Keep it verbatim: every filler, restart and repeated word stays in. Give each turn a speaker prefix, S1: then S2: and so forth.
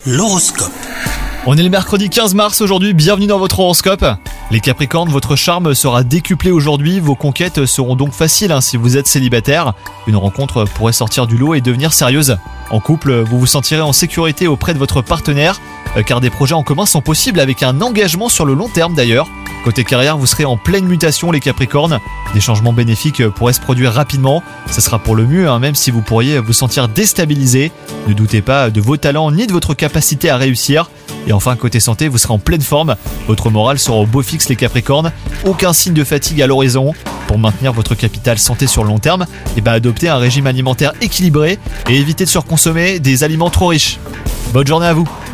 S1: L'horoscope.
S2: On est le mercredi quinze mars aujourd'hui, bienvenue dans votre horoscope. Les Capricornes, votre charme sera décuplé aujourd'hui, vos conquêtes seront donc faciles hein, si vous êtes célibataire. Une rencontre pourrait sortir du lot et devenir sérieuse. En couple, vous vous sentirez en sécurité auprès de votre partenaire, euh, car des projets en commun sont possibles avec un engagement sur le long terme d'ailleurs. Côté carrière, vous serez en pleine mutation les Capricornes. Des changements bénéfiques pourraient se produire rapidement. Ça sera pour le mieux, hein, même si vous pourriez vous sentir déstabilisé. Ne doutez pas de vos talents ni de votre capacité à réussir. Et enfin, côté santé, vous serez en pleine forme. Votre morale sera au beau fixe les Capricornes. Aucun signe de fatigue à l'horizon. Pour maintenir votre capital santé sur le long terme, et ben adoptez un régime alimentaire équilibré et évitez de surconsommer des aliments trop riches. Bonne journée à vous.